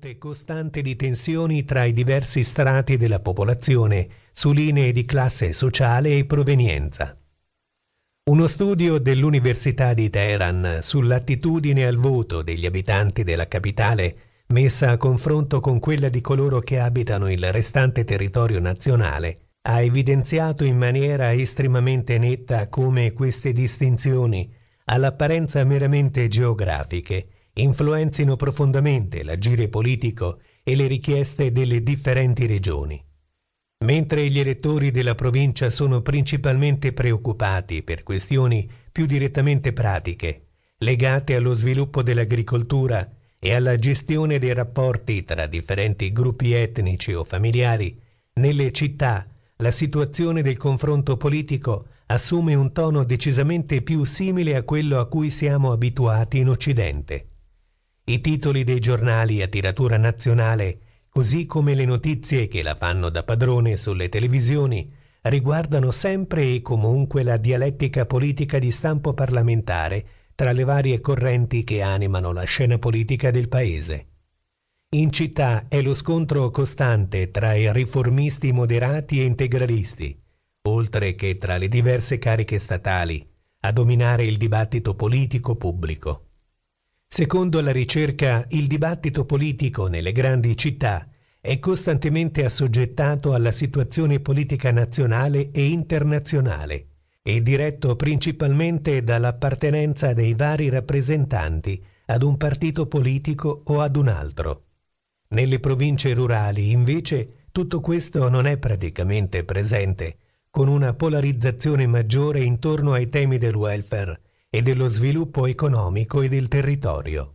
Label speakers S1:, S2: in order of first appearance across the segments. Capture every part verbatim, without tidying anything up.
S1: fonte costante di tensioni tra i diversi strati della popolazione su linee di classe sociale e provenienza. Uno studio dell'Università di Teheran sull'attitudine al voto degli abitanti della capitale, messa a confronto con quella di coloro che abitano il restante territorio nazionale, ha evidenziato in maniera estremamente netta come queste distinzioni, all'apparenza meramente geografiche, influenzino profondamente l'agire politico e le richieste delle differenti regioni. Mentre gli elettori della provincia sono principalmente preoccupati per questioni più direttamente pratiche, legate allo sviluppo dell'agricoltura e alla gestione dei rapporti tra differenti gruppi etnici o familiari, nelle città la situazione del confronto politico assume un tono decisamente più simile a quello a cui siamo abituati in Occidente. I titoli dei giornali a tiratura nazionale, così come le notizie che la fanno da padrone sulle televisioni, riguardano sempre e comunque la dialettica politica di stampo parlamentare tra le varie correnti che animano la scena politica del paese. In città è lo scontro costante tra i riformisti moderati e integralisti, oltre che tra le diverse cariche statali, a dominare il dibattito politico pubblico. Secondo la ricerca, il dibattito politico nelle grandi città è costantemente assoggettato alla situazione politica nazionale e internazionale e diretto principalmente dall'appartenenza dei vari rappresentanti ad un partito politico o ad un altro. Nelle province rurali, invece, tutto questo non è praticamente presente, con una polarizzazione maggiore intorno ai temi del welfare e dello sviluppo economico e del territorio.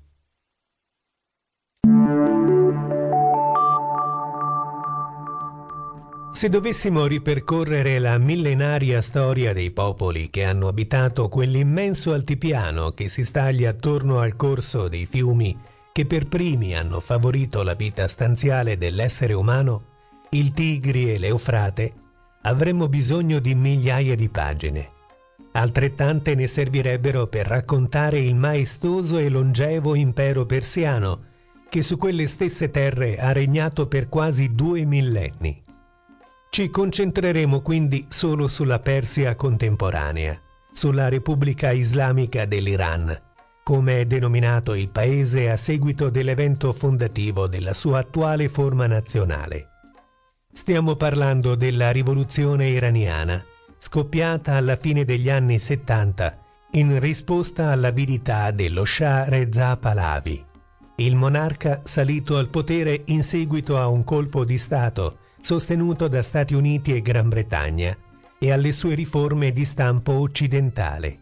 S1: Se dovessimo ripercorrere la millenaria storia dei popoli che hanno abitato quell'immenso altipiano che si staglia attorno al corso dei fiumi che per primi hanno favorito la vita stanziale dell'essere umano, il Tigri e l'Eufrate, avremmo bisogno di migliaia di pagine. Altrettante ne servirebbero per raccontare il maestoso e longevo impero persiano che su quelle stesse terre ha regnato per quasi due millenni. Ci concentreremo quindi solo sulla Persia contemporanea, sulla Repubblica Islamica dell'Iran, come è denominato il paese a seguito dell'evento fondativo della sua attuale forma nazionale. Stiamo parlando della rivoluzione iraniana, scoppiata alla fine degli anni settanta in risposta all'avidità dello Shah Reza Pahlavi, il monarca salito al potere in seguito a un colpo di Stato sostenuto da Stati Uniti e Gran Bretagna e alle sue riforme di stampo occidentale.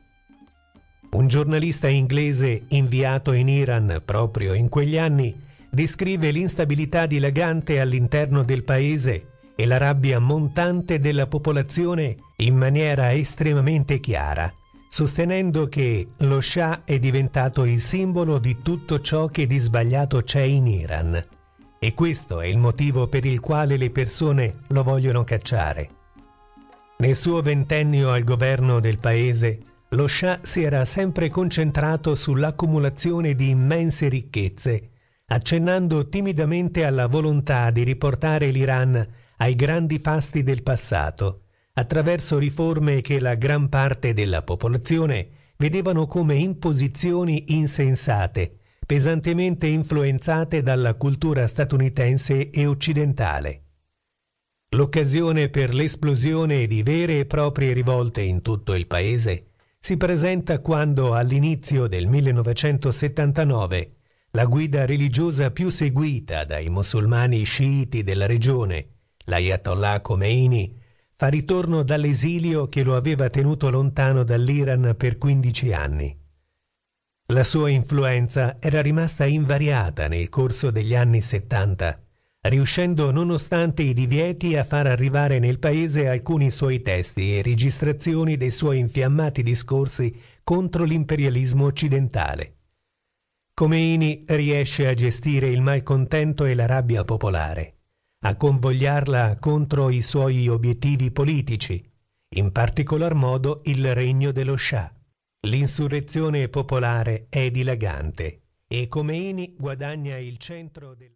S1: Un giornalista inglese inviato in Iran proprio in quegli anni descrive l'instabilità dilagante all'interno del paese e la rabbia montante della popolazione in maniera estremamente chiara, sostenendo che lo Shah è diventato il simbolo di tutto ciò che di sbagliato c'è in Iran e questo è il motivo per il quale le persone lo vogliono cacciare. Nel suo ventennio al governo del paese, lo Shah si era sempre concentrato sull'accumulazione di immense ricchezze, accennando timidamente alla volontà di riportare l'Iran ai grandi fasti del passato, attraverso riforme che la gran parte della popolazione vedevano come imposizioni insensate, pesantemente influenzate dalla cultura statunitense e occidentale. L'occasione per l'esplosione di vere e proprie rivolte in tutto il paese si presenta quando, all'inizio del millenovecentosettantanove, la guida religiosa più seguita dai musulmani sciiti della regione, l'Ayatollah Khomeini, fa ritorno dall'esilio che lo aveva tenuto lontano dall'Iran per quindici anni. La sua influenza era rimasta invariata nel corso degli anni settanta, riuscendo nonostante i divieti a far arrivare nel paese alcuni suoi testi e registrazioni dei suoi infiammati discorsi contro l'imperialismo occidentale. Khomeini riesce a gestire il malcontento e la rabbia popolare, a convogliarla contro i suoi obiettivi politici, in particolar modo il regno dello Shah. L'insurrezione popolare è dilagante e Khomeini guadagna il centro del